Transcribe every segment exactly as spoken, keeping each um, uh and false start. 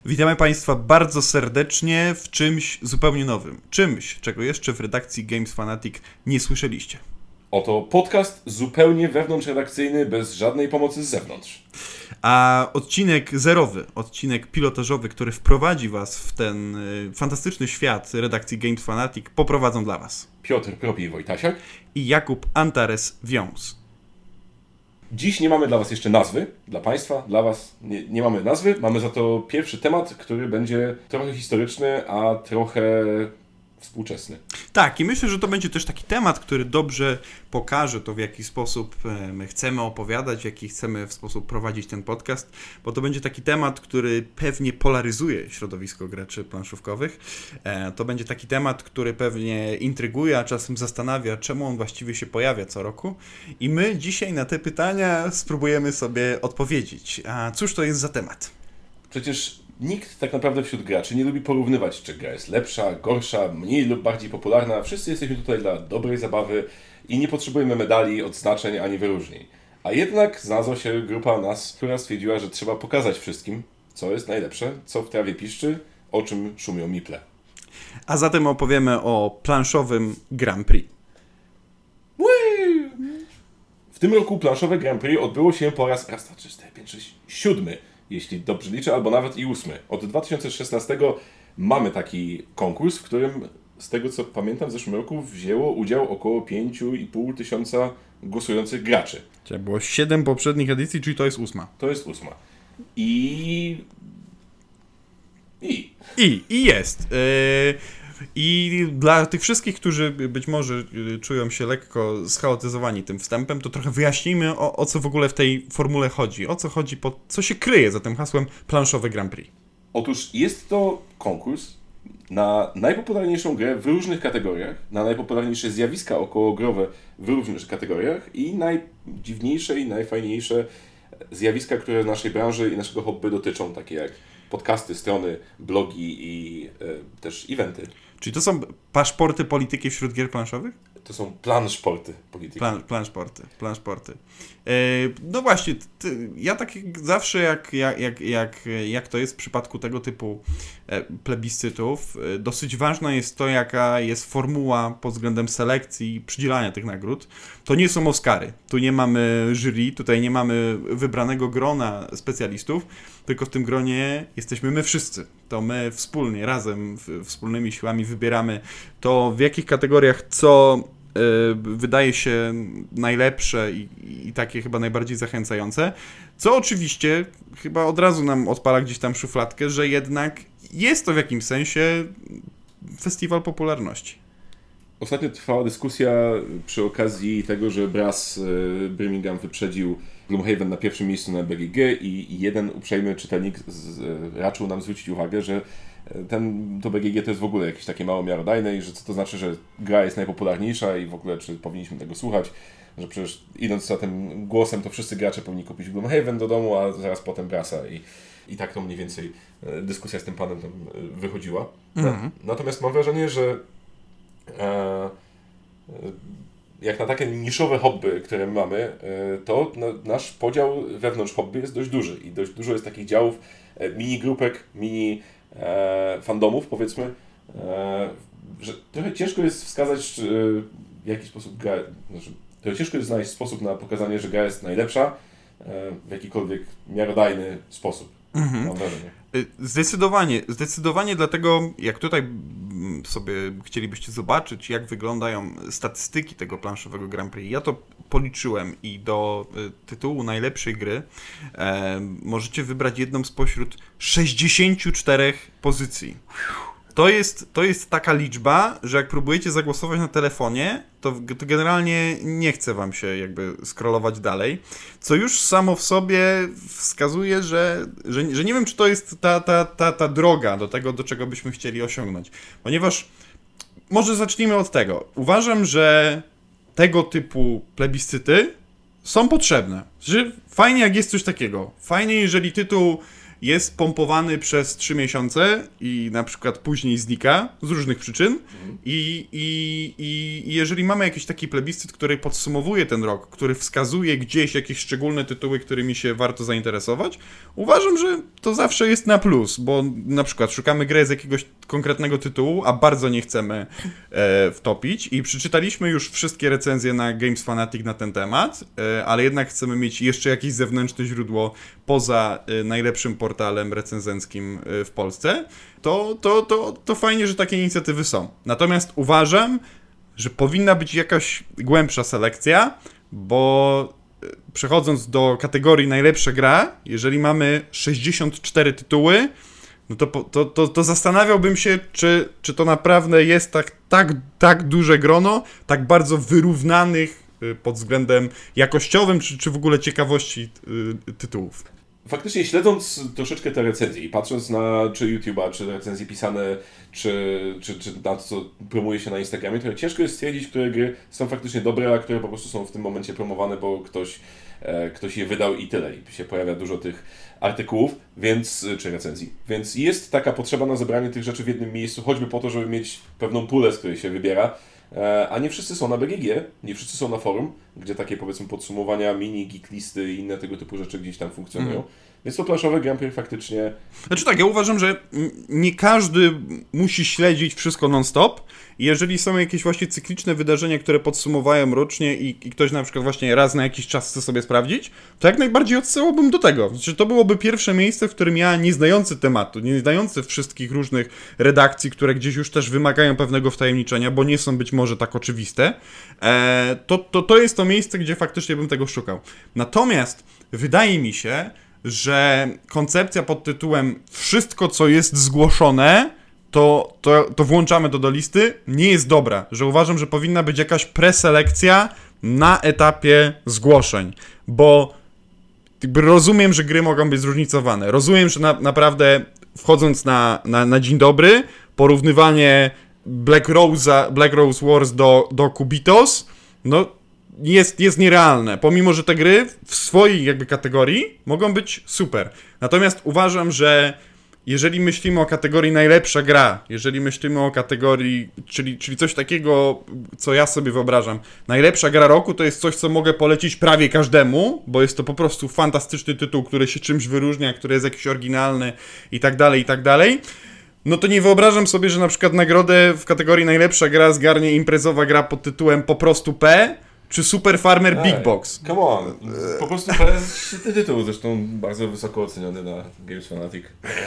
Witamy Państwa bardzo serdecznie w czymś zupełnie nowym. Czymś, czego jeszcze w redakcji Games Fanatic nie słyszeliście. Oto podcast zupełnie wewnątrzredakcyjny, bez żadnej pomocy z zewnątrz. A odcinek zerowy, odcinek pilotażowy, który wprowadzi Was w ten y, fantastyczny świat redakcji Games Fanatic, poprowadzą dla Was Piotr Propij-Wojtasiak i Jakub Antares-Wiąz. Dziś nie mamy dla Was jeszcze nazwy, dla Państwa, dla Was nie, nie mamy nazwy. Mamy za to pierwszy temat, który będzie trochę historyczny, a trochę współczesny. Tak, i myślę, że to będzie też taki temat, który dobrze pokaże to, w jaki sposób my chcemy opowiadać, w jaki chcemy w sposób prowadzić ten podcast, bo to będzie taki temat, który pewnie polaryzuje środowisko graczy planszówkowych. To będzie taki temat, który pewnie intryguje, a czasem zastanawia, czemu on właściwie się pojawia co roku. I my dzisiaj na te pytania spróbujemy sobie odpowiedzieć. A cóż to jest za temat? Przecież nikt tak naprawdę wśród graczy nie lubi porównywać, czy gra jest lepsza, gorsza, mniej lub bardziej popularna. Wszyscy jesteśmy tutaj dla dobrej zabawy i nie potrzebujemy medali, odznaczeń ani wyróżnień. A jednak znalazła się grupa nas, która stwierdziła, że trzeba pokazać wszystkim, co jest najlepsze, co w trawie piszczy, o czym szumią miple. A zatem opowiemy o planszowym Grand Prix. Whee! W tym roku planszowe Grand Prix odbyło się po raz raz, dwa, trzy, cztery, pięć, sześć, siódmy. Jeśli dobrze liczę, albo nawet i ósmy. Od dwa tysiące szesnastego mamy taki konkurs, w którym, z tego co pamiętam, w zeszłym roku wzięło udział około pięć i pół tysiąca głosujących graczy. Czyli było siedem poprzednich edycji, czyli to jest ósma. To jest ósma. I... I... I, i jest. Yy... I dla tych wszystkich, którzy być może czują się lekko schaotyzowani tym wstępem, to trochę wyjaśnijmy, o, o co w ogóle w tej formule chodzi. O co chodzi, po, co się kryje za tym hasłem planszowy Grand Prix. Otóż jest to konkurs na najpopularniejszą grę w różnych kategoriach, na najpopularniejsze zjawiska okołogrowe w różnych kategoriach i najdziwniejsze i najfajniejsze zjawiska, które naszej branży i naszego hobby dotyczą, takie jak podcasty, strony, blogi i e, też eventy. Czyli to są paszporty polityki wśród gier planszowych? To są planszporty polityki. Plan, planszporty, planszporty. E, no właśnie, ty, ja tak zawsze jak, jak, jak, jak, jak to jest w przypadku tego typu e, plebiscytów, e, dosyć ważne jest to, jaka jest formuła pod względem selekcji i przydzielania tych nagród. To nie są Oscary, tu nie mamy jury, tutaj nie mamy wybranego grona specjalistów, tylko w tym gronie jesteśmy my wszyscy. To my wspólnie, razem, w, wspólnymi siłami wybieramy to, w jakich kategoriach co y, wydaje się najlepsze i, i takie chyba najbardziej zachęcające, co oczywiście chyba od razu nam odpala gdzieś tam szufladkę, że jednak jest to w jakimś sensie festiwal popularności. Ostatnio trwała dyskusja przy okazji tego, że Brass Birmingham wyprzedził Gloomhaven na pierwszym miejscu na B G G i jeden uprzejmy czytelnik z, raczył nam zwrócić uwagę, że ten, to B G G to jest w ogóle jakieś takie mało miarodajne i że co to znaczy, że gra jest najpopularniejsza i w ogóle czy powinniśmy tego słuchać, że przecież idąc za tym głosem to wszyscy gracze powinni kupić Gloomhaven do domu, a zaraz potem Brassa i, i tak to mniej więcej dyskusja z tym panem tam wychodziła. Mhm. Natomiast mam wrażenie, że e, jak na takie niszowe hobby, które mamy, to nasz podział wewnątrz hobby jest dość duży i dość dużo jest takich działów, mini grupek, mini e, fandomów, powiedzmy, e, że trochę ciężko jest wskazać, czy, w jaki sposób gra, znaczy, trochę ciężko jest znaleźć sposób na pokazanie, że gra jest najlepsza e, w jakikolwiek miarodajny sposób. Mhm. Mam wrażenie. Zdecydowanie, zdecydowanie dlatego, jak tutaj sobie chcielibyście zobaczyć, jak wyglądają statystyki tego planszowego Grand Prix, ja to policzyłem i do tytułu najlepszej gry e, możecie wybrać jedną spośród sześćdziesięciu czterech pozycji. To jest, to jest taka liczba, że jak próbujecie zagłosować na telefonie, to, to generalnie nie chce wam się jakby scrollować dalej, co już samo w sobie wskazuje, że, że, że nie wiem, czy to jest ta, ta, ta, ta droga do tego, do czego byśmy chcieli osiągnąć. Ponieważ, może zacznijmy od tego. Uważam, że tego typu plebiscyty są potrzebne. Że fajnie, jak jest coś takiego. Fajnie, jeżeli tytuł jest pompowany przez trzy miesiące i na przykład później znika z różnych przyczyn mhm. I, i, i jeżeli mamy jakiś taki plebiscyt, który podsumowuje ten rok, który wskazuje gdzieś jakieś szczególne tytuły, którymi się warto zainteresować, uważam, że to zawsze jest na plus, bo na przykład szukamy gry z jakiegoś konkretnego tytułu, a bardzo nie chcemy e, wtopić i przeczytaliśmy już wszystkie recenzje na Games Fanatic na ten temat, e, ale jednak chcemy mieć jeszcze jakieś zewnętrzne źródło poza e, najlepszym portalem recenzenckim e, w Polsce, to, to, to, to fajnie, że takie inicjatywy są. Natomiast uważam, że powinna być jakaś głębsza selekcja, bo e, przechodząc do kategorii najlepsza gra, jeżeli mamy sześćdziesiąt cztery tytuły, no to, to, to, to zastanawiałbym się, czy, czy to naprawdę jest tak, tak, tak duże grono, tak bardzo wyrównanych pod względem jakościowym, czy, czy w ogóle ciekawości y, tytułów. Faktycznie śledząc troszeczkę te recenzje i patrząc na czy YouTube'a, czy recenzje pisane, czy, czy, czy na to, co promuje się na Instagramie, to ciężko jest stwierdzić, które gry są faktycznie dobre, a które po prostu są w tym momencie promowane, bo ktoś, e, ktoś je wydał i tyle. I się pojawia dużo tych artykułów, więc, czy recenzji. Więc jest taka potrzeba na zebranie tych rzeczy w jednym miejscu, choćby po to, żeby mieć pewną pulę, z której się wybiera. A nie wszyscy są na B G G, nie wszyscy są na forum, gdzie takie powiedzmy podsumowania, mini, geek listy i inne tego typu rzeczy gdzieś tam funkcjonują. Mm. Więc to planszowe Grand Prix faktycznie... Znaczy tak, ja uważam, że nie każdy musi śledzić wszystko non-stop. Jeżeli są jakieś właśnie cykliczne wydarzenia, które podsumowają rocznie i, i ktoś na przykład właśnie raz na jakiś czas chce sobie sprawdzić, to jak najbardziej odsyłałbym do tego. Znaczy to byłoby pierwsze miejsce, w którym ja, nie znający tematu, nie znający wszystkich różnych redakcji, które gdzieś już też wymagają pewnego wtajemniczenia, bo nie są być może tak oczywiste, e, to, to, to jest to miejsce, gdzie faktycznie bym tego szukał. Natomiast wydaje mi się, że koncepcja pod tytułem wszystko, co jest zgłoszone, to, to, to włączamy to do listy, nie jest dobra. Że uważam, że powinna być jakaś preselekcja na etapie zgłoszeń, bo jakby rozumiem, że gry mogą być zróżnicowane. Rozumiem, że na, naprawdę wchodząc na, na, na dzień dobry, porównywanie Black Rose'a, Black Rose Wars do, do Kubitos, no Jest, jest nierealne, pomimo że te gry w swojej jakby kategorii mogą być super. Natomiast uważam, że jeżeli myślimy o kategorii najlepsza gra, jeżeli myślimy o kategorii, czyli, czyli coś takiego, co ja sobie wyobrażam, najlepsza gra roku to jest coś, co mogę polecić prawie każdemu, bo jest to po prostu fantastyczny tytuł, który się czymś wyróżnia, który jest jakiś oryginalny i tak dalej, i tak dalej. No to nie wyobrażam sobie, że na przykład nagrodę w kategorii najlepsza gra zgarnie imprezowa gra pod tytułem po prostu P, czy Super Farmer Ej, Big Box. Come on. Po prostu to jest świetny tytuł, zresztą bardzo wysoko oceniony na Games Fanatic.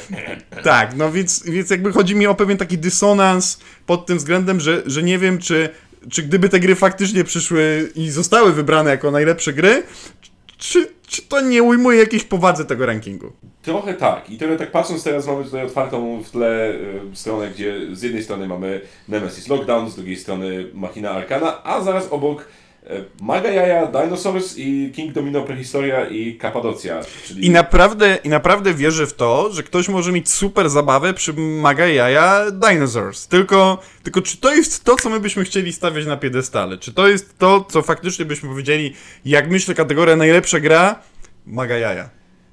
Tak, no więc, więc jakby chodzi mi o pewien taki dysonans pod tym względem, że, że nie wiem, czy, czy gdyby te gry faktycznie przyszły i zostały wybrane jako najlepsze gry, czy, czy to nie ujmuje jakiejś powadze tego rankingu? Trochę tak. I trochę tak patrząc teraz mamy tutaj otwartą w tle y, stronę, gdzie z jednej strony mamy Nemesis Lockdown, z drugiej strony Machina Arcana, a zaraz obok Maga Jaja, Dinosaurs i King Domino Prehistoria i Kapadocja. Czyli... I naprawdę, I naprawdę wierzę w to, że ktoś może mieć super zabawę przy Maga Jaja Dinosaurs. Tylko, tylko czy to jest to, co my byśmy chcieli stawiać na piedestale? Czy to jest to, co faktycznie byśmy powiedzieli, jak myślę kategoria najlepsza gra, Maga Jaja?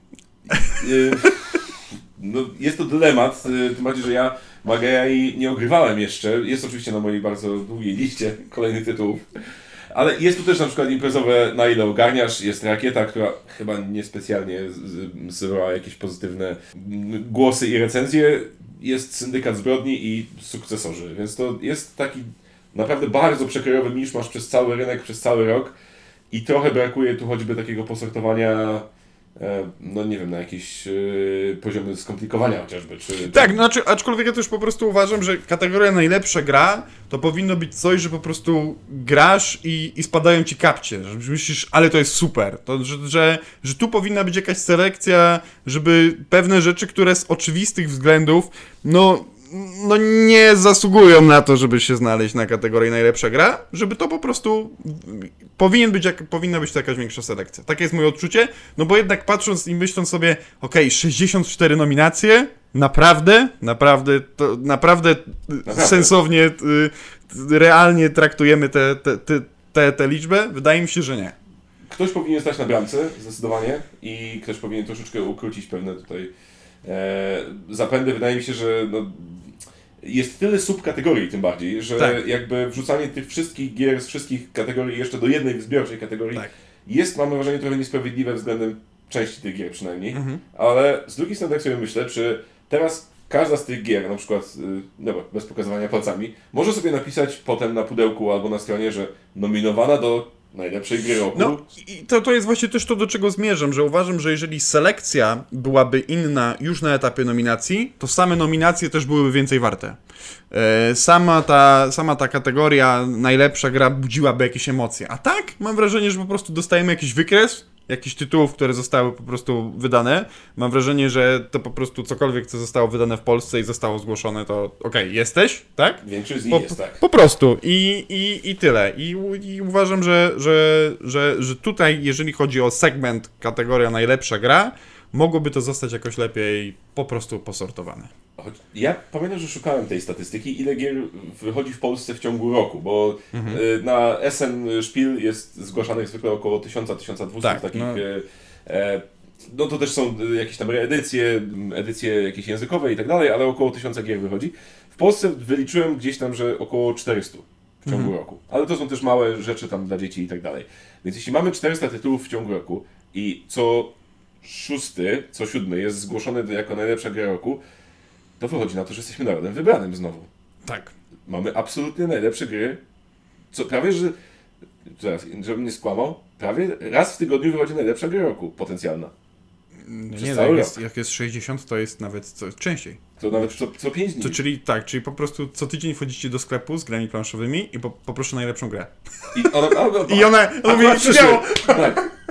No, jest to dylemat, tym bardziej, że ja Maga Jai nie ogrywałem jeszcze. Jest oczywiście na mojej bardzo długiej liście kolejnych tytułów. Ale jest tu też na przykład imprezowe Na ile ogarniasz, jest Rakieta, która chyba niespecjalnie zsyłała jakieś pozytywne głosy i recenzje, jest Syndykat Zbrodni i Sukcesorzy, więc to jest taki naprawdę bardzo przekrojowy miszmasz przez cały rynek, przez cały rok i trochę brakuje tu choćby takiego posortowania, no nie wiem, na jakieś yy, poziomy skomplikowania chociażby. Czy, tak, no, znaczy, aczkolwiek ja też po prostu uważam, że kategoria najlepsza gra to powinno być coś, że po prostu grasz i, i spadają ci kapcie, że myślisz, ale to jest super, to, że, że, że tu powinna być jakaś selekcja, żeby pewne rzeczy, które z oczywistych względów, no no nie zasługują na to, żeby się znaleźć na kategorii najlepsza gra, żeby to po prostu powinien być, jak, powinna być to jakaś większa selekcja. Takie jest moje odczucie, no bo jednak patrząc i myśląc sobie, okej, okay, sześćdziesiąt cztery nominacje, naprawdę, naprawdę, to naprawdę, naprawdę. sensownie, y, realnie traktujemy tę te, te, te, te liczbę? Wydaje mi się, że nie. Ktoś powinien stać na bramce, zdecydowanie, i ktoś powinien troszeczkę ukrócić pewne tutaj E, zapędy wydaje mi się, że no, jest tyle subkategorii tym bardziej, że tak. jakby wrzucanie tych wszystkich gier z wszystkich kategorii jeszcze do jednej zbiorczej kategorii tak. jest, mam wrażenie, trochę niesprawiedliwe względem części tych gier przynajmniej, mhm. ale z drugiej strony tak sobie myślę, czy teraz każda z tych gier, na przykład, dobra, bez pokazywania palcami, może sobie napisać potem na pudełku albo na stronie, że nominowana do najlepszej gry roku. No i to, to jest właśnie też to, do czego zmierzam, że uważam, że jeżeli selekcja byłaby inna już na etapie nominacji, to same nominacje też byłyby więcej warte. Sama ta, sama ta kategoria najlepsza gra budziłaby jakieś emocje. A tak, mam wrażenie, że po prostu dostajemy jakiś wykres, jakichś tytułów, które zostały po prostu wydane. Mam wrażenie, że to po prostu cokolwiek, co zostało wydane w Polsce i zostało zgłoszone, to okej, okay, jesteś, tak? Większość z nich po, jest, tak. Po prostu. I, i, i tyle. I, i uważam, że, że, że, że tutaj, jeżeli chodzi o segment, kategoria najlepsza gra, mogłoby to zostać jakoś lepiej po prostu posortowane. Ja pamiętam, że szukałem tej statystyki, ile gier wychodzi w Polsce w ciągu roku, bo mhm. na Essen Spiel jest zgłaszanych zwykle około tysiąc do tysiąc dwieście tak, takich... No. E, no to też są jakieś tam reedycje, edycje jakieś językowe i tak dalej, ale około tysiąca gier wychodzi. W Polsce wyliczyłem gdzieś tam, że około czterysta w ciągu mhm. roku. Ale to są też małe rzeczy tam dla dzieci i tak dalej. Więc jeśli mamy czterysta tytułów w ciągu roku i co szósty, co siódmy jest zgłoszony jako najlepsza gra roku, to wychodzi na to, że jesteśmy narodem wybranym znowu. Tak. Mamy absolutnie najlepsze gry. Co prawie, że... Zaraz, żebym nie skłamał, prawie raz w tygodniu wychodzi najlepsza gra roku potencjalna. Przez nie, jak jest, jak jest sześćdziesiąt, to jest nawet co, częściej. To nawet co, co pięć dni. To, czyli tak, czyli po prostu co tydzień wchodzicie do sklepu z grami planszowymi i po, poproszę najlepszą grę. I ona, ona, I ona, ona mówi, przyszło. Tak.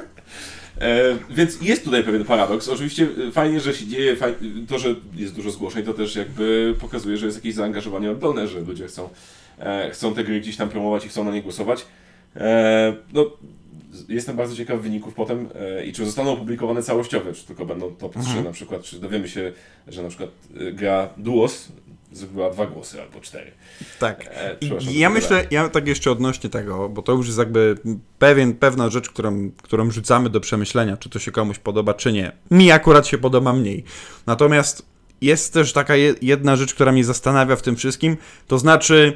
E, więc jest tutaj pewien paradoks. Oczywiście fajnie, że się dzieje, fajnie, to, że jest dużo zgłoszeń, to też jakby pokazuje, że jest jakieś zaangażowanie oddolne, że ludzie chcą, e, chcą te gry gdzieś tam promować i chcą na nie głosować. E, no, jestem bardzo ciekaw wyników potem e, i czy zostaną opublikowane całościowe, czy tylko będą top trzy mhm. na przykład, czy dowiemy się, że na przykład gra Duos zdobyła dwa głosy albo cztery. Tak. E, I ja myślę, ja tak jeszcze odnośnie tego, bo to już jest jakby pewien, pewna rzecz, którą, którą rzucamy do przemyślenia, czy to się komuś podoba, czy nie. Mi akurat się podoba mniej. Natomiast jest też taka jedna rzecz, która mnie zastanawia w tym wszystkim, to znaczy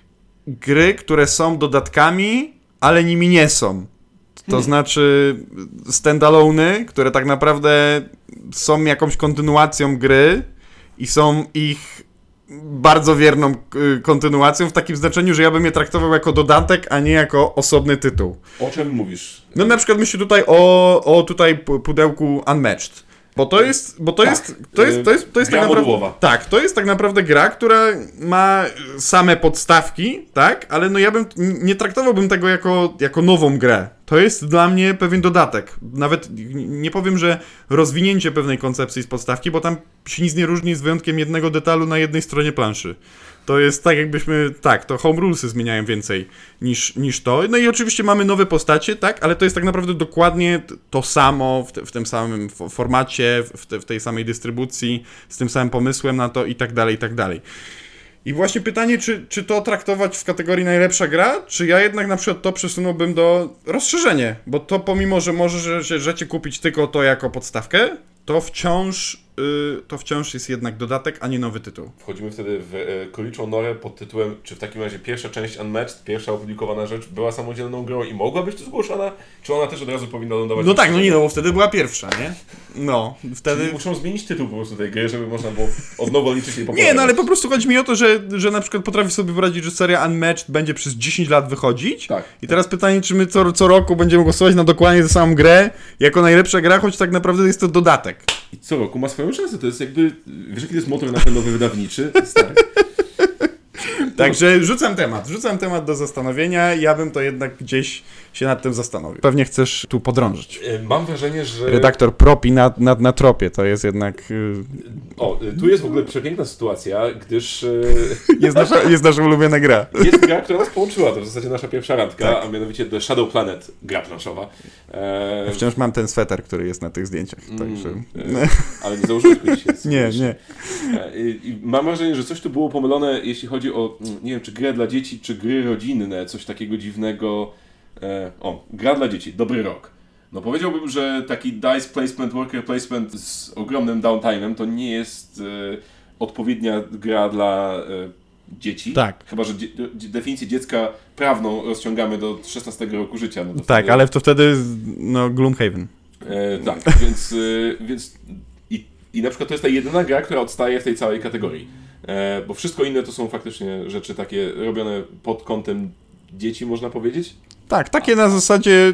gry, które są dodatkami, ale nimi nie są. To hmm. znaczy standalone'y, które tak naprawdę są jakąś kontynuacją gry i są ich bardzo wierną kontynuacją w takim znaczeniu, że ja bym je traktował jako dodatek, a nie jako osobny tytuł. O czym mówisz? No na przykład myślę tutaj o, o tutaj pudełku Unmatched. Bo to jest, bo to tak, jest, to jest, to jest, to jest gra tak naprawdę, modułowa. tak, to jest tak naprawdę gra, która ma same podstawki, tak, ale no ja bym, nie traktowałbym tego jako, jako nową grę. To jest dla mnie pewien dodatek. Nawet nie powiem, że rozwinięcie pewnej koncepcji z podstawki, bo tam się nic nie różni z wyjątkiem jednego detalu na jednej stronie planszy. To jest tak jakbyśmy, tak, to home rulesy zmieniają więcej niż, niż to. No i oczywiście mamy nowe postacie, tak, ale to jest tak naprawdę dokładnie to samo w, te, w tym samym formacie, w, te, w tej samej dystrybucji, z tym samym pomysłem na to i tak dalej, i tak dalej. I właśnie pytanie, czy, czy to traktować w kategorii najlepsza gra, czy ja jednak na przykład to przesunąłbym do rozszerzenie, bo to pomimo, że możecie kupić tylko to jako podstawkę, to wciąż, yy, to wciąż jest jednak dodatek, a nie nowy tytuł. Wchodzimy wtedy w y, króliczą norę pod tytułem, czy w takim razie pierwsza część Unmatched, pierwsza opublikowana rzecz była samodzielną grą i mogła być tu zgłoszona, czy ona też od razu powinna lądować? No tak, no nie, no bo wtedy była pierwsza, nie? No, wtedy... Czyli muszą zmienić tytuł po prostu tej gry, żeby można było od nowa liczyć jej popularność. Nie, no ale po prostu chodzi mi o to, że, że na przykład potrafię sobie wyobrazić, że seria Unmatched będzie przez dziesięć lat wychodzić. Tak. I teraz pytanie, czy my co, co roku będziemy głosować na dokładnie tę samą grę jako najlepsza gra, choć tak naprawdę jest to dodatek. I co roku ma swoją szansę, to jest jakby, wiesz jaki to jest motor napędowy wydawniczy? Stary. Także rzucam temat, rzucam temat do zastanowienia, ja bym to jednak gdzieś się nad tym zastanowił. Pewnie chcesz tu podrążyć. Mam wrażenie, że... Redaktor propi na, na, na tropie, to jest jednak... O, tu jest w ogóle przepiękna sytuacja, gdyż... jest, nasza, jest nasza ulubiona gra. Jest gra, która nas połączyła, to w zasadzie nasza pierwsza randka, tak. a mianowicie The Shadow Planet, gra planszowa. E... Ja wciąż mam ten sweter, który jest na tych zdjęciach, także... Mm, ale nie założyłeś go dzisiaj. Nie, nie. I, I mam wrażenie, że coś tu było pomylone, jeśli chodzi o, nie wiem, czy grę dla dzieci, czy gry rodzinne, coś takiego dziwnego. E, o, gra dla dzieci, Dobry Rok. No powiedziałbym, że taki dice placement, worker placement z ogromnym downtime'em to nie jest e, odpowiednia gra dla e, dzieci. Tak. Chyba, że dzie- definicję dziecka prawną rozciągamy do szesnastego roku życia. No to Tak, wtedy... ale to wtedy no Gloomhaven. E, tak, więc, e, więc i, i na przykład to jest ta jedyna gra, która odstaje w tej całej kategorii. E, bo wszystko inne to są faktycznie rzeczy takie robione pod kątem dzieci, można powiedzieć. Tak, takie na zasadzie,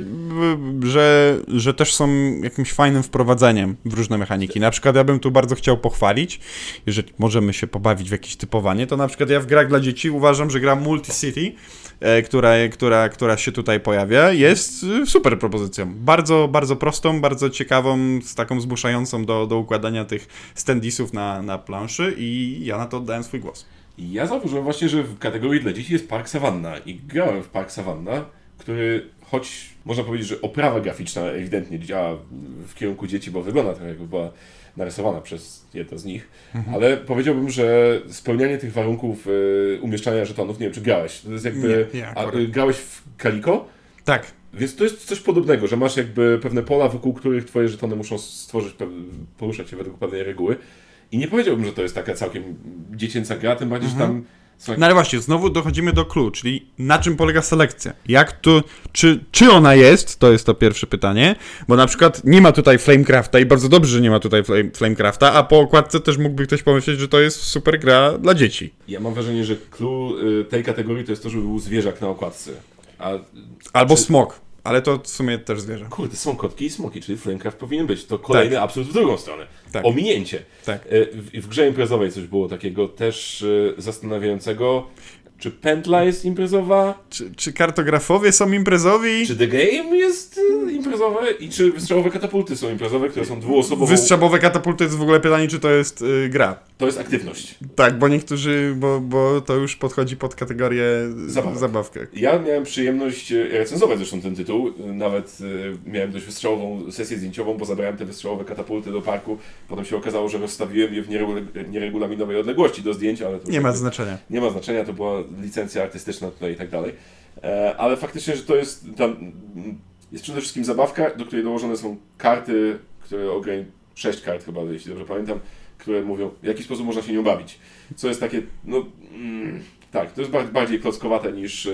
że, że też są jakimś fajnym wprowadzeniem w różne mechaniki. Na przykład ja bym tu bardzo chciał pochwalić, jeżeli możemy się pobawić w jakieś typowanie, to na przykład ja w grach dla dzieci uważam, że gra Multi-City, e, która, która, która się tutaj pojawia, jest super propozycją. Bardzo, bardzo prostą, bardzo ciekawą, z taką zmuszającą do, do układania tych standisów na, na planszy i ja na to oddałem swój głos. Ja zauważyłem właśnie, że w kategorii dla dzieci jest Park Savanna i grałem w Park Savanna, który choć można powiedzieć, że oprawa graficzna ewidentnie działa w kierunku dzieci, bo wygląda trochę jakby była narysowana przez jedno z nich, mhm. ale powiedziałbym, że spełnianie tych warunków y, umieszczania żetonów, nie wiem czy grałeś, to jest jakby, nie, nie, a, y, grałeś w Calico? Tak. Więc to jest coś podobnego, że masz jakby pewne pola, wokół których twoje żetony muszą stworzyć, poruszać się według pewnej reguły. I nie powiedziałbym, że to jest taka całkiem dziecięca gra, tym bardziej, mhm. że tam... Są... No ale właśnie, znowu dochodzimy do clue, czyli na czym polega selekcja? Jak tu, czy, czy ona jest, to jest to pierwsze pytanie, bo na przykład nie ma tutaj Flamecrafta i bardzo dobrze, że nie ma tutaj flame, Flamecrafta, a po okładce też mógłby ktoś pomyśleć, że to jest super gra dla dzieci. Ja mam wrażenie, że clue tej kategorii to jest to, żeby był zwierzak na okładce. A... Albo czy... smok. Ale to w sumie też zwierzę. Kurde, są kotki i smoki, czyli Flamecraft powinien być. To kolejny tak. absurd w drugą stronę. Tak. Ominięcie. Tak. W, w grze imprezowej coś było takiego też zastanawiającego. Czy pętla jest imprezowa? Czy, czy kartografowie są imprezowi? Czy The Game jest imprezowe? I czy wystrzałowe katapulty są imprezowe, które są dwuosobową... Wystrzałowe katapulty jest w ogóle pytanie, czy to jest y, gra. To jest aktywność. Tak, bo niektórzy, bo, bo to już podchodzi pod kategorię Zabawek. zabawkę. Ja miałem przyjemność recenzować zresztą ten tytuł. Nawet y, miałem dość wystrzałową sesję zdjęciową, bo zabrałem te wystrzałowe katapulty do parku. Potem się okazało, że rozstawiłem je w nieregul- nieregulaminowej odległości do zdjęć, ale to nie ma jakby, znaczenia. Nie ma znaczenia, to była licencja artystyczna tutaj i tak dalej. E, ale faktycznie, że to jest tam jest przede wszystkim zabawka, do której dołożone są karty, które ograniczają sześć kart chyba, jeśli dobrze pamiętam, które mówią, w jaki sposób można się nią bawić. Co jest takie, no mm, tak, to jest bardziej klockowate niż,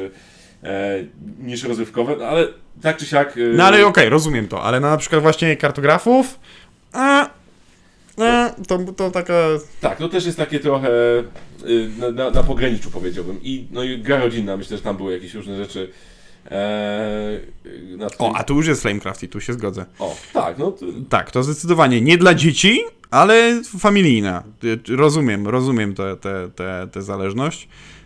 e, niż rozrywkowe, no, ale tak czy siak... E, no ale okej, okay, rozumiem to, ale na, na przykład właśnie kartografów, a, a, to, to taka... Tak, to też jest takie trochę y, na, na, na pograniczu powiedziałbym. I, no i gra rodzinna, myślę, że tam były jakieś różne rzeczy. Eee, o, a tu już jest Flamecraft i tu się zgodzę. O, tak, no to... Tak, to zdecydowanie nie dla dzieci, ale familijna. Rozumiem, rozumiem tę te, te, te zależność.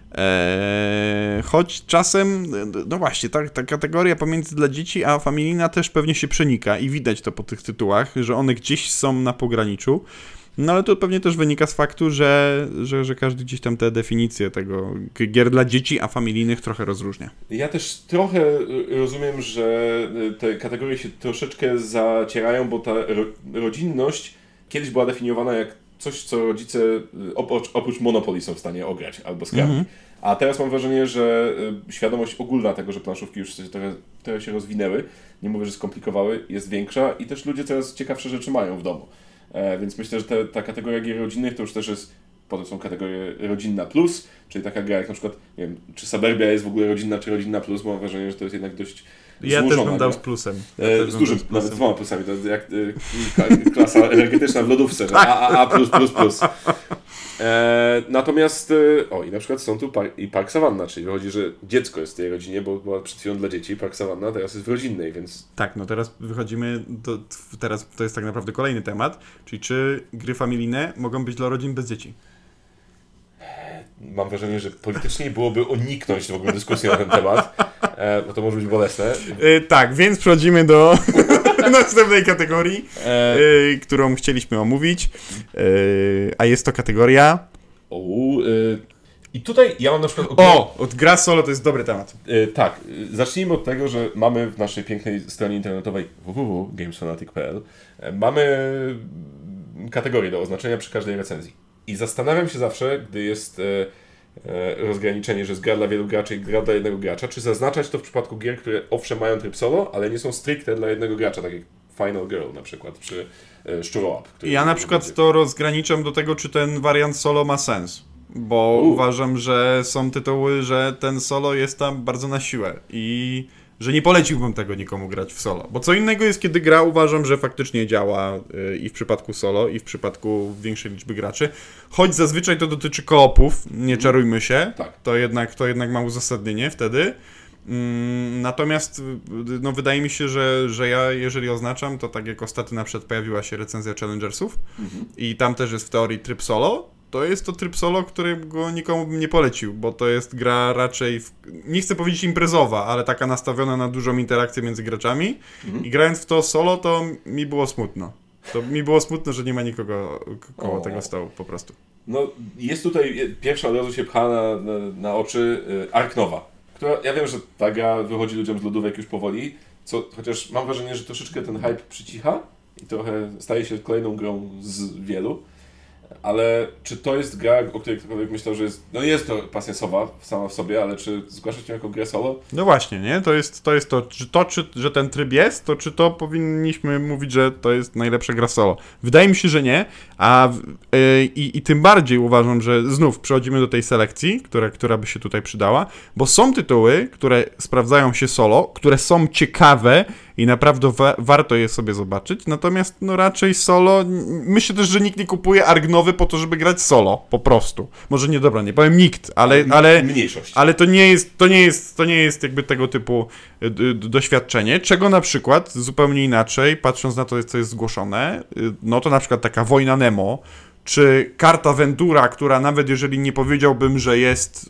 Eee, choć czasem, no właśnie, ta, ta kategoria pomiędzy dla dzieci a familijna też pewnie się przenika i widać to po tych tytułach, że one gdzieś są na pograniczu. No ale to pewnie też wynika z faktu, że, że, że każdy gdzieś tam te definicje tego gier dla dzieci, a familijnych trochę rozróżnia. Ja też trochę rozumiem, że te kategorie się troszeczkę zacierają, bo ta ro- rodzinność kiedyś była definiowana jak coś, co rodzice oprócz, oprócz Monopoly są w stanie ograć albo skrapić. Mhm. A teraz mam wrażenie, że świadomość ogólna tego, że planszówki już trochę, trochę się rozwinęły, nie mówię, że skomplikowały, jest większa i też ludzie coraz ciekawsze rzeczy mają w domu. E, więc myślę, że te, ta kategoria gier rodzinnych to już też jest, potem są kategorie rodzinna plus, czyli taka gra jak na przykład, nie wiem, czy Suburbia jest w ogóle rodzinna, czy rodzinna plus, bo mam wrażenie, że to jest jednak dość ja złożona. też bym dał z plusem. Ja e, z dużym, nawet z dwoma plusami, to jak e, klasa energetyczna w lodówce, że A, A, A, plus, plus, plus. E, natomiast, e, o i na przykład są tu par, i Park Savanna, czyli wychodzi, że dziecko jest w tej rodzinie, bo była przed chwilą dla dzieci, Park Savanna teraz jest w rodzinnej, więc... Tak, no teraz wychodzimy, do, teraz to jest tak naprawdę kolejny temat, czyli czy gry familijne mogą być dla rodzin bez dzieci? Mam wrażenie, że politycznie byłoby uniknąć w ogóle dyskusji na ten temat, e, bo to może być bolesne. E, tak, więc przechodzimy do następnej kategorii, e... E, którą chcieliśmy omówić, e, a jest to kategoria... O, e, I tutaj ja mam na przykład... O, od gra solo to jest dobry temat. E, tak, zacznijmy od tego, że mamy w naszej pięknej stronie internetowej w w w kropka gamesfanatic kropka p l e, mamy kategorię do oznaczenia przy każdej recenzji. I zastanawiam się zawsze, gdy jest e, rozgraniczenie, że jest gra dla wielu graczy i gra dla jednego gracza, czy zaznaczać to w przypadku gier, które owszem mają tryb solo, ale nie są stricte dla jednego gracza, tak jak Final Girl na przykład, czy Szczuro Up. Ja na przykład będzie... to rozgraniczam do tego, czy ten wariant solo ma sens, bo U. uważam, że są tytuły, że ten solo jest tam bardzo na siłę i że nie poleciłbym tego nikomu grać w solo, bo co innego jest, kiedy gra uważam, że faktycznie działa i w przypadku solo, i w przypadku większej liczby graczy, choć zazwyczaj to dotyczy koopów, nie czarujmy się, tak. to, jednak, to jednak ma uzasadnienie wtedy. Natomiast no, wydaje mi się, że, że ja jeżeli oznaczam, to tak jak ostatnio na przykład pojawiła się recenzja Challengersów mhm. i tam też jest w teorii tryb solo, to jest to tryb solo, którego nikomu bym nie polecił, bo to jest gra raczej, w, nie chcę powiedzieć imprezowa, ale taka nastawiona na dużą interakcję między graczami mhm. i grając w to solo, to mi było smutno. To mi było smutno, że nie ma nikogo koło o. tego stołu po prostu. No jest tutaj, pierwsza od razu się pcha na, na, na oczy Ark Nova, która, ja wiem, że ta gra wychodzi ludziom z lodówek już powoli, co, chociaż mam wrażenie, że troszeczkę ten hype przycicha i trochę staje się kolejną grą z wielu. Ale czy to jest gra, o której ktokolwiek myślał, że jest, no jest to pasjansowa sama w sobie, ale czy zgłaszać ją jako grę solo? No właśnie, nie? To jest to, jest to, czy to czy, że ten tryb jest, to czy to powinniśmy mówić, że to jest najlepsza gra solo? Wydaje mi się, że nie, a yy, i, i tym bardziej uważam, że znów przechodzimy do tej selekcji, która, która by się tutaj przydała, bo są tytuły, które sprawdzają się solo, które są ciekawe i naprawdę wa- warto je sobie zobaczyć, natomiast no raczej solo, myślę też, że nikt nie kupuje Ark Nowy po to, żeby grać solo, po prostu. Może nie, dobra, nie powiem nikt, ale, ale, mniejszość. ale to nie jest, to nie jest, to nie jest jakby tego typu y, y, doświadczenie, czego na przykład zupełnie inaczej, patrząc na to, co jest zgłoszone, y, no to na przykład taka Wojna Nemo, czy karta Ventura, która nawet jeżeli nie powiedziałbym, że jest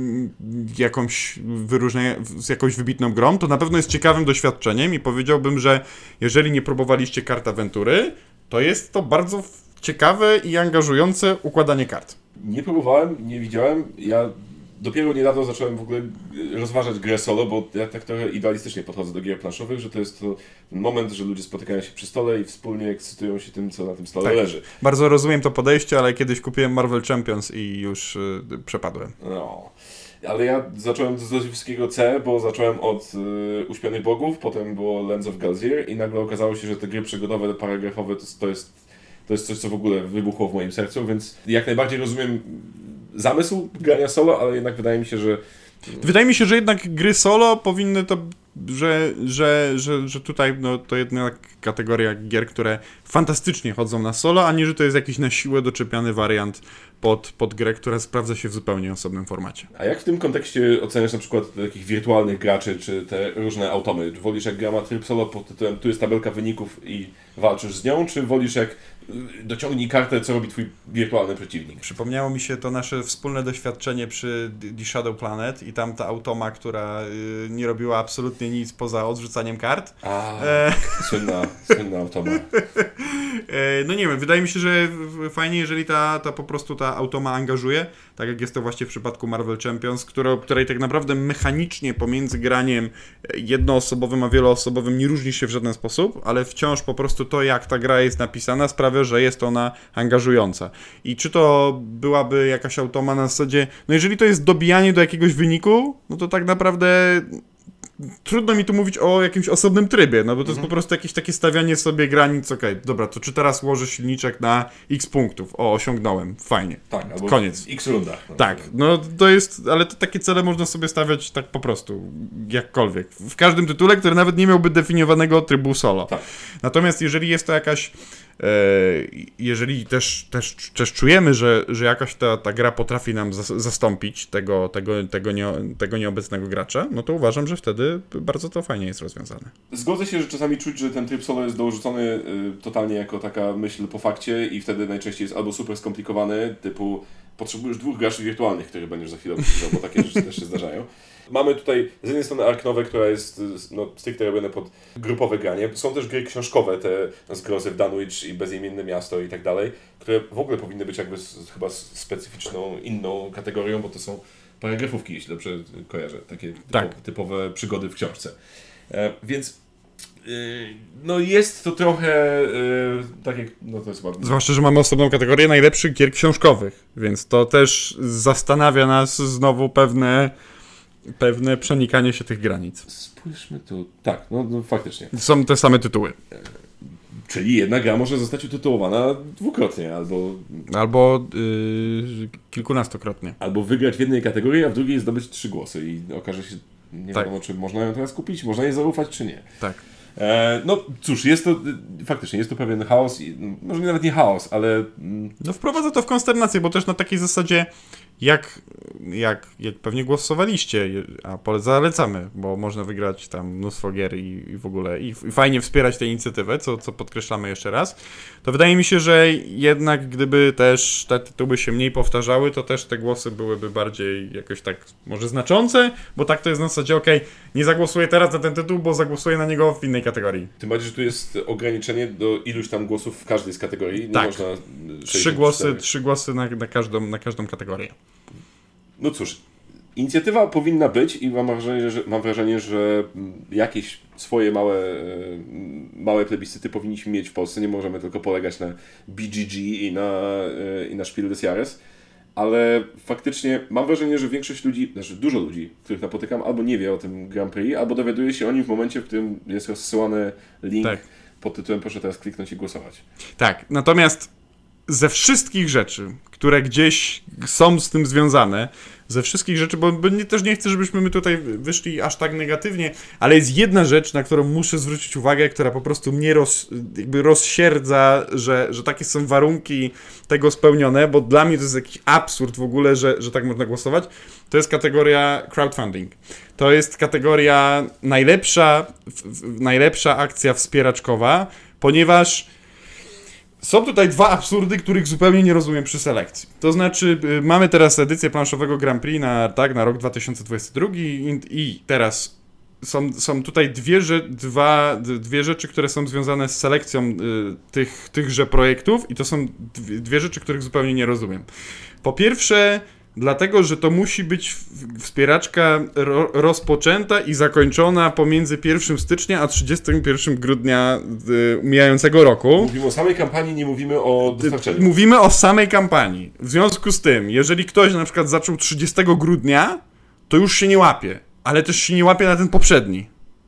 jakąś wyróżnia, z jakąś wybitną grą, to na pewno jest ciekawym doświadczeniem i powiedziałbym, że jeżeli nie próbowaliście karta Ventury, to jest to bardzo ciekawe i angażujące układanie kart. Nie próbowałem, nie widziałem. Ja dopiero niedawno zacząłem w ogóle rozważać grę solo, bo ja tak trochę idealistycznie podchodzę do gier planszowych, że to jest to ten moment, że ludzie spotykają się przy stole i wspólnie ekscytują się tym, co na tym stole tak. leży. Bardzo rozumiem to podejście, ale kiedyś kupiłem Marvel Champions i już yy, przepadłem. No, ale ja zacząłem z wszystkiego C, bo zacząłem od yy, Uśpionych Bogów, potem było Lands of Galzir i nagle okazało się, że te gry przygodowe, paragrafowe to, to jest to jest coś, co w ogóle wybuchło w moim sercu, więc jak najbardziej rozumiem zamysł grania solo, ale jednak wydaje mi się, że... Wydaje mi się, że jednak gry solo powinny to, że, że, że, że tutaj no, to jedna kategoria gier, które fantastycznie chodzą na solo, a nie, że to jest jakiś na siłę doczepiany wariant pod, pod grę, która sprawdza się w zupełnie osobnym formacie. A jak w tym kontekście oceniasz na przykład takich wirtualnych graczy, czy te różne automy? Wolisz jak gra ma tryb solo pod tytułem tu jest tabelka wyników i walczysz z nią, czy wolisz jak dociągnij kartę, co robi twój wirtualny przeciwnik? Przypomniało mi się to nasze wspólne doświadczenie przy The Shadow Planet i tam ta automa, która y, nie robiła absolutnie nic poza odrzucaniem kart. A, e... słynna, słynna automa. e, no nie wiem, wydaje mi się, że fajnie, jeżeli ta, ta po prostu ta automa angażuje, tak jak jest to właśnie w przypadku Marvel Champions, która, której tak naprawdę mechanicznie pomiędzy graniem jednoosobowym a wieloosobowym nie różni się w żaden sposób, ale wciąż po prostu to, jak ta gra jest napisana, sprawia, że jest ona angażująca. I czy to byłaby jakaś automa na zasadzie, no jeżeli to jest dobijanie do jakiegoś wyniku, no to tak naprawdę trudno mi tu mówić o jakimś osobnym trybie, no bo to jest mhm. po prostu jakieś takie stawianie sobie granic, okej, okay, dobra, to czy teraz łożę silniczek na X punktów? O, osiągnąłem, fajnie. Tak, albo koniec. W X rundach. No. Tak, no to jest, ale to takie cele można sobie stawiać tak po prostu, jakkolwiek. W każdym tytule, który nawet nie miałby definiowanego trybu solo. Tak. Natomiast jeżeli jest to jakaś jeżeli też, też, też czujemy, że, że jakaś ta, ta gra potrafi nam zastąpić tego, tego, tego, nie, tego nieobecnego gracza, no to uważam, że wtedy bardzo to fajnie jest rozwiązane. Zgodzę się, że czasami czuć, że ten tryb solo jest dorzucony y, totalnie jako taka myśl po fakcie i wtedy najczęściej jest albo super skomplikowany, typu potrzebujesz dwóch graczy wirtualnych, których będziesz za chwilę obsługiwał, bo takie rzeczy też się zdarzają. Mamy tutaj z jednej strony Ark Nowe, która jest no, stricte robione pod grupowe granie. Są też gry książkowe, te Zgrozy w Dunwich i Bezimienne Miasto i tak dalej, które w ogóle powinny być jakby z, chyba specyficzną, inną kategorią, bo to są paragrafówki, jeśli dobrze kojarzę, takie typo, tak. typowe przygody w książce. E, więc yy, no jest to trochę yy, tak jak, no to jest ładne. Zwłaszcza, że mamy osobną kategorię najlepszych gier książkowych, Więc to też zastanawia nas znowu pewne, pewne przenikanie się tych granic. Spójrzmy tu. Tak, no, no faktycznie. Są te same tytuły. Czyli jedna gra może zostać utytułowana dwukrotnie, albo... Albo yy, kilkunastokrotnie. Albo wygrać w jednej kategorii, a w drugiej zdobyć trzy głosy i okaże się, nie tak. wiadomo, czy można ją teraz kupić, można jej zaufać, czy nie. Tak. E, no cóż, jest to, faktycznie, jest to pewien chaos, i, może nawet nie chaos, ale... No wprowadza to w konsternację, bo też na takiej zasadzie, jak, jak, jak pewnie głosowaliście, a zalecamy, bo można wygrać tam mnóstwo gier i, i w ogóle, i, i fajnie wspierać tę inicjatywę, co, co podkreślamy jeszcze raz, to wydaje mi się, że jednak gdyby też te tytuły się mniej powtarzały, to też te głosy byłyby bardziej jakoś tak może znaczące, bo tak to jest na zasadzie, okej, okay, nie zagłosuję teraz na ten tytuł, bo zagłosuję na niego w innej kategorii. Tym bardziej, że tu jest ograniczenie do iluś tam głosów w każdej z kategorii. Nie tak. można Trzy głosy, trzy głosy na, na, każdą, na każdą kategorię. No cóż, inicjatywa powinna być i mam wrażenie, że, mam wrażenie, że jakieś swoje małe, małe plebiscyty powinniśmy mieć w Polsce. Nie możemy tylko polegać na B G G i na, i na Spiel des Jahres. Ale faktycznie mam wrażenie, że większość ludzi, znaczy dużo ludzi, których napotykam, albo nie wie o tym Grand Prix, albo dowiaduje się o nim w momencie, w którym jest rozsyłany link tak. pod tytułem proszę teraz kliknąć i głosować. Tak, natomiast ze wszystkich rzeczy, które gdzieś są z tym związane, ze wszystkich rzeczy, bo, bo nie, też nie chcę, żebyśmy my tutaj wyszli aż tak negatywnie, ale jest jedna rzecz, na którą muszę zwrócić uwagę, która po prostu mnie roz, jakby rozsierdza, że, że takie są warunki tego spełnione, bo dla mnie to jest jakiś absurd w ogóle, że, że tak można głosować. To jest kategoria crowdfunding. To jest kategoria najlepsza, w, w, najlepsza akcja wspieraczkowa, ponieważ są tutaj dwa absurdy, których zupełnie nie rozumiem przy selekcji. To znaczy, y, mamy teraz edycję planszowego Grand Prix na, tak, na rok dwa tysiące dwudziesty drugi i, i teraz są, są tutaj dwie, dwa, dwie rzeczy, które są związane z selekcją y, tych, tychże projektów i to są dwie, dwie rzeczy, których zupełnie nie rozumiem. Po pierwsze, dlatego, że to musi być wspieraczka ro, rozpoczęta i zakończona pomiędzy pierwszego stycznia a trzydziestego pierwszego grudnia y, mijającego roku. Mówimy o samej kampanii, nie mówimy o dostarczeniu. Mówimy o samej kampanii. W związku z tym, jeżeli ktoś na przykład zaczął trzydziestego grudnia, to już się nie łapie, ale też się nie łapie na ten poprzedni.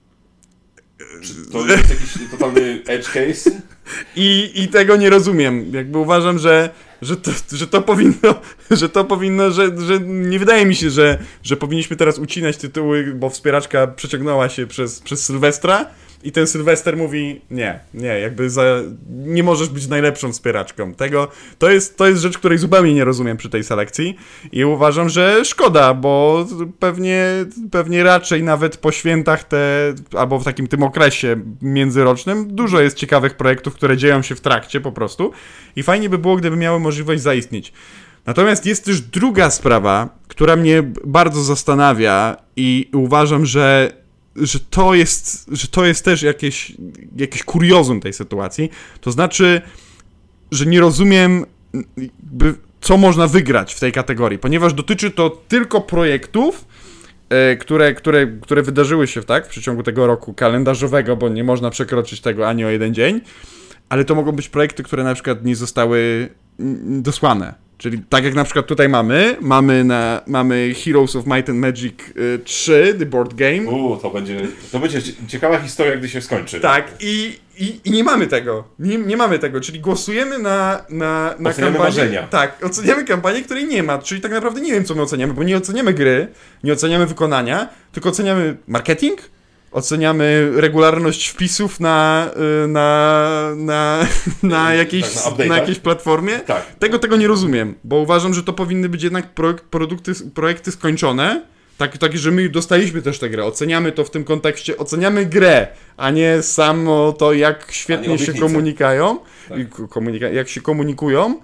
Czy to jest jakiś totalny edge case? I, I tego nie rozumiem. Jakby uważam, że Że to, że to powinno, że to powinno, że, że nie wydaje mi się, że, że powinniśmy teraz ucinać tytuły, bo wspieraczka przeciągnęła się przez, przez Sylwestra i ten Sylwester mówi nie, nie, jakby za, nie możesz być najlepszą wspieraczką. Tego, to jest, to jest rzecz, której zupełnie nie rozumiem przy tej selekcji i uważam, że szkoda, bo pewnie, pewnie raczej nawet po świętach te, albo w takim tym okresie międzyrocznym dużo jest ciekawych projektów, które dzieją się w trakcie po prostu i fajnie by było, gdyby miały możliwość zaistnieć. Natomiast jest też druga sprawa, która mnie bardzo zastanawia i uważam, że że to jest, że to jest też jakieś, jakieś kuriozum tej sytuacji. To znaczy, że nie rozumiem, jakby, co można wygrać w tej kategorii, ponieważ dotyczy to tylko projektów, e, które, które, które wydarzyły się tak, w przeciągu tego roku kalendarzowego, bo nie można przekroczyć tego ani o jeden dzień, ale to mogą być projekty, które na przykład nie zostały dosłane. Czyli tak jak na przykład tutaj mamy, mamy, na, mamy Heroes of Might and Magic y, trzy, The Board Game. Uuu, to będzie, to będzie ciekawa historia, gdy się skończy. Tak, i, i, i nie mamy tego. Nie, nie mamy tego, czyli głosujemy na, na, na oceniamy kampanię. Marzenia. Tak, oceniamy kampanię, której nie ma, czyli tak naprawdę nie wiem, co my oceniamy, bo nie oceniamy gry, nie oceniamy wykonania, tylko oceniamy marketing, oceniamy regularność wpisów na, na, na, na, jakiejś, tak, na, na jakiejś platformie. Tak. Tego, tego nie rozumiem, bo uważam, że to powinny być jednak projek- produkty, projekty skończone, tak, tak, że my dostaliśmy też tę grę, oceniamy to w tym kontekście, oceniamy grę, a nie samo to, jak świetnie się komunikają, tak. komunika- jak się komunikują.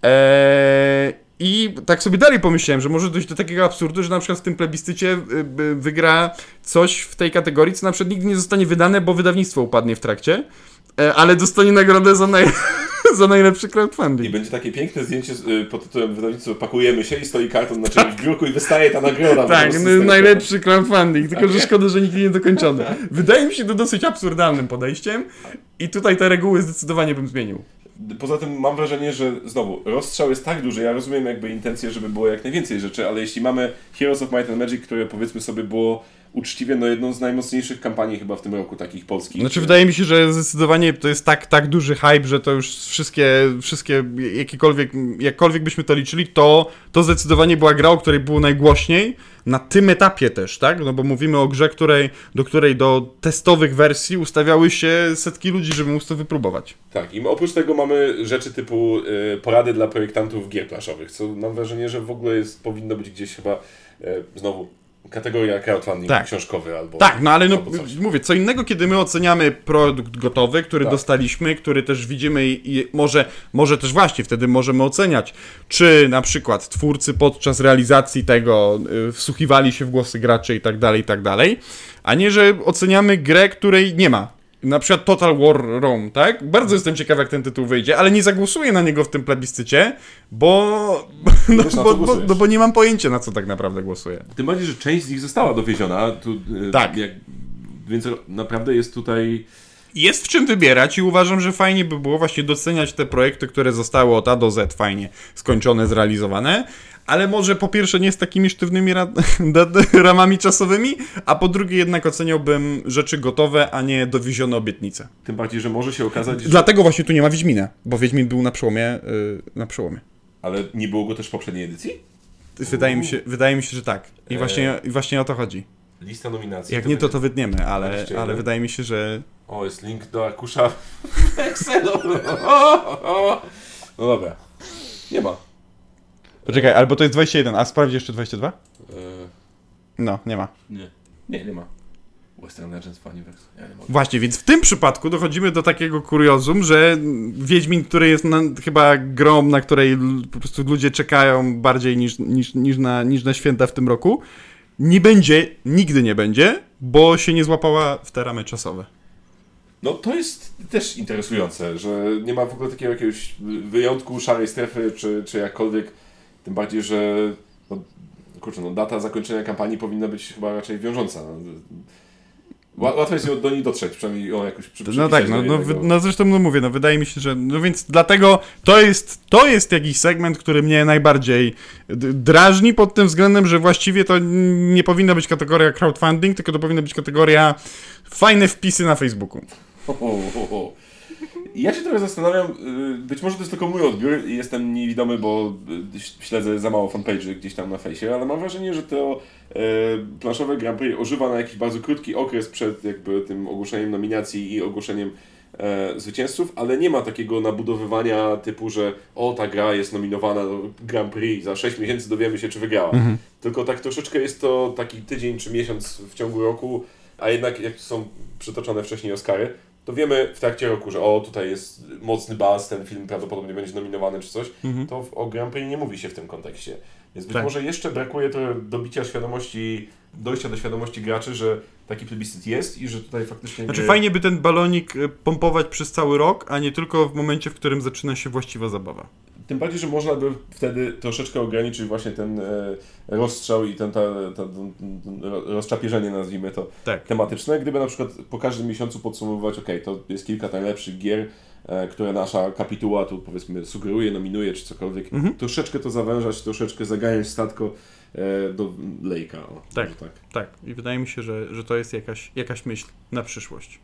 Eee, I tak sobie dalej pomyślałem, że może dojść do takiego absurdu, że na przykład w tym plebiscycie wygra coś w tej kategorii, co na przykład nigdy nie zostanie wydane, bo wydawnictwo upadnie w trakcie, ale dostanie nagrodę za, naj... za najlepszy crowdfunding. I będzie takie piękne zdjęcie pod tytułem wydawnictwa pakujemy się i stoi karton na czymś biurku i wystaje ta nagroda. Tak, najlepszy crowdfunding, tylko że szkoda, że nigdy nie dokończony. Wydaje mi się to dosyć absurdalnym podejściem i tutaj te reguły zdecydowanie bym zmienił. Poza tym mam wrażenie, że znowu, rozstrzał jest tak duży, ja rozumiem jakby intencję, żeby było jak najwięcej rzeczy, ale jeśli mamy Heroes of Might and Magic, które powiedzmy sobie było uczciwie no jedną z najmocniejszych kampanii chyba w tym roku takich polskich. Znaczy wydaje mi się, że zdecydowanie to jest tak, tak duży hype, że to już wszystkie, wszystkie jakiekolwiek, jakkolwiek byśmy to liczyli, to, to zdecydowanie była gra, o której było najgłośniej, na tym etapie też, tak? No bo mówimy o grze, której, do której do testowych wersji ustawiały się setki ludzi, żeby móc to wypróbować. Tak, i oprócz tego mamy rzeczy typu y, porady dla projektantów gier planszowych, co mam wrażenie, że w ogóle jest, powinno być gdzieś chyba y, znowu kategoria crowdfunding tak. książkowy albo tak, no ale no, coś. Mówię, co innego, kiedy my oceniamy produkt gotowy, który tak. dostaliśmy, który też widzimy i, i może, może też właśnie wtedy możemy oceniać, czy na przykład twórcy podczas realizacji tego y, wsłuchiwali się w głosy graczy i tak dalej, i tak dalej, a nie, że oceniamy grę, której nie ma. Na przykład Total War Rome, tak? Bardzo jestem ciekaw, jak ten tytuł wyjdzie, ale nie zagłosuję na niego w tym plebiscycie, bo, no, bo, bo, no, bo nie mam pojęcia, na co tak naprawdę głosuję. Tym bardziej, że część z nich została dowieziona, tu, tak. Jak, więc naprawdę jest tutaj... Jest w czym wybierać i uważam, że fajnie by było właśnie doceniać te projekty, które zostały od A do Z fajnie skończone, zrealizowane, ale może po pierwsze nie z takimi sztywnymi ra- ramami czasowymi, a po drugie jednak oceniałbym rzeczy gotowe, a nie dowiezione obietnice. Tym bardziej, że może się okazać, że... Dlatego właśnie tu nie ma Wiedźmina, bo Wiedźmin był na przełomie, yy, na przełomie. Ale nie było go też w poprzedniej edycji? Wydaje mi się, wydaje mi się, że tak. I właśnie, eee. i właśnie o to chodzi. Lista nominacji. Jak to nie, będzie... to to wytniemy, ale, ale wydaje mi się, że... O, jest link do arkusza w Excelu. No dobra. Nie ma. Poczekaj, albo to jest dwadzieścia jeden, a sprawdź jeszcze dwadzieścia dwa? Eee. No, nie ma. Nie. Nie, nie ma. Western Legends Faniverse. Ja nie mogę. Właśnie, więc w tym przypadku dochodzimy do takiego kuriozum, że Wiedźmin, który jest na, chyba grą, na której po prostu ludzie czekają bardziej niż, niż, niż, na, niż na święta w tym roku, nie będzie, nigdy nie będzie, bo się nie złapała w te ramy czasowe. No to jest też interesujące, że nie ma w ogóle takiego jakiegoś wyjątku, szarej strefy, czy, czy jakkolwiek, tym bardziej, że no, kurczę, no, data zakończenia kampanii powinna być chyba raczej wiążąca. Łatwo jest do niej dotrzeć, przynajmniej ją jakoś przy, No tak, no, no, no zresztą no mówię, no wydaje mi się, że no więc dlatego to jest, to jest jakiś segment, który mnie najbardziej drażni pod tym względem, że właściwie to nie powinna być kategoria crowdfunding, tylko to powinna być kategoria fajne wpisy na Facebooku. Ho, ho, ho, ho. Ja się trochę zastanawiam, być może to jest tylko mój odbiór i jestem niewidomy, bo śledzę za mało fanpage'y gdzieś tam na fejsie, ale mam wrażenie, że to e, planszowe Grand Prix ożywa na jakiś bardzo krótki okres przed jakby tym ogłoszeniem nominacji i ogłoszeniem e, zwycięzców, ale nie ma takiego nabudowywania typu, że o, ta gra jest nominowana do Grand Prix, za sześć miesięcy dowiemy się, czy wygrała. Mhm. Tylko tak troszeczkę jest to taki tydzień czy miesiąc w ciągu roku, a jednak jak są przytoczone wcześniej Oscary, to wiemy w trakcie roku, że o, tutaj jest mocny buzz, ten film prawdopodobnie będzie nominowany czy coś, mhm. to o Grand Prix nie mówi się w tym kontekście. Więc być tak. może jeszcze brakuje trochę dobicia świadomości, dojścia do świadomości graczy, że taki plebiscyt jest i że tutaj faktycznie... Znaczy gry... fajnie by ten balonik pompować przez cały rok, a nie tylko w momencie, w którym zaczyna się właściwa zabawa. Tym bardziej, że można by wtedy troszeczkę ograniczyć właśnie ten e, rozstrzał i ten, ta, ta, ten, ten rozczapierzenie, nazwijmy to, tak. tematyczne. Gdyby na przykład po każdym miesiącu podsumowywać, ok, to jest kilka najlepszych gier, e, które nasza kapituła tu powiedzmy sugeruje, nominuje czy cokolwiek. Mhm. Troszeczkę to zawężać, troszeczkę zaganiać statko e, do lejka. O, tak, tak, tak. I wydaje mi się, że, że to jest jakaś, jakaś myśl na przyszłość.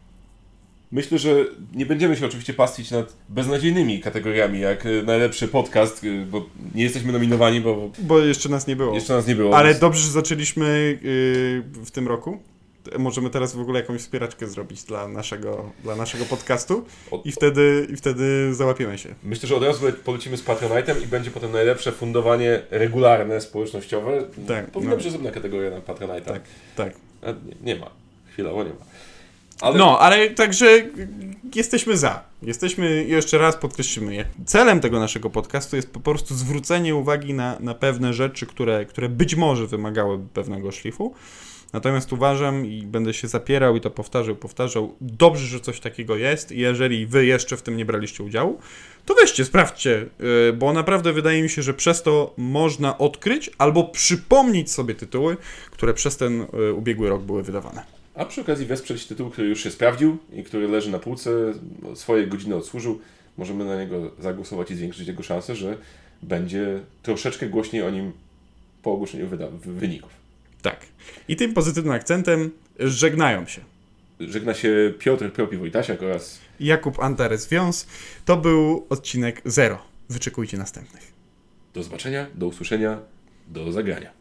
Myślę, że nie będziemy się oczywiście pastwić nad beznadziejnymi kategoriami, jak najlepszy podcast, bo nie jesteśmy nominowani, bo... Bo jeszcze nas nie było. Jeszcze nas nie było. Ale więc... dobrze, że zaczęliśmy yy, w tym roku. Możemy teraz w ogóle jakąś wspieraczkę zrobić dla naszego, dla naszego podcastu i wtedy, i wtedy załapiemy się. Myślę, że od razu polecimy z Patronite'em i będzie potem najlepsze fundowanie regularne, społecznościowe. Tak, Powinna no. być osobna kategoria na Patronite'a. Tak, tak. A nie, nie ma. Chwilowo nie ma. Ale... No, ale także jesteśmy za. Jesteśmy, jeszcze raz podkreślimy, celem tego naszego podcastu jest po prostu zwrócenie uwagi na, na pewne rzeczy, które, które być może wymagałyby pewnego szlifu. Natomiast uważam i będę się zapierał i to powtarzał, powtarzał, dobrze, że coś takiego jest i jeżeli wy jeszcze w tym nie braliście udziału, to weźcie, sprawdźcie, bo naprawdę wydaje mi się, że przez to można odkryć albo przypomnieć sobie tytuły, które przez ten ubiegły rok były wydawane. A przy okazji wesprzeć tytuł, który już się sprawdził i który leży na półce, swoje godziny odsłużył. możemy na niego zagłosować i zwiększyć jego szansę, że będzie troszeczkę głośniej o nim po ogłoszeniu wyda- wyników. Tak. I tym pozytywnym akcentem żegnają się. Żegna się Piotr Propi-Wojtasiak oraz Jakub Antares-Wiąz. To był odcinek zero. Wyczekujcie następnych. do zobaczenia, do usłyszenia, do zagrania.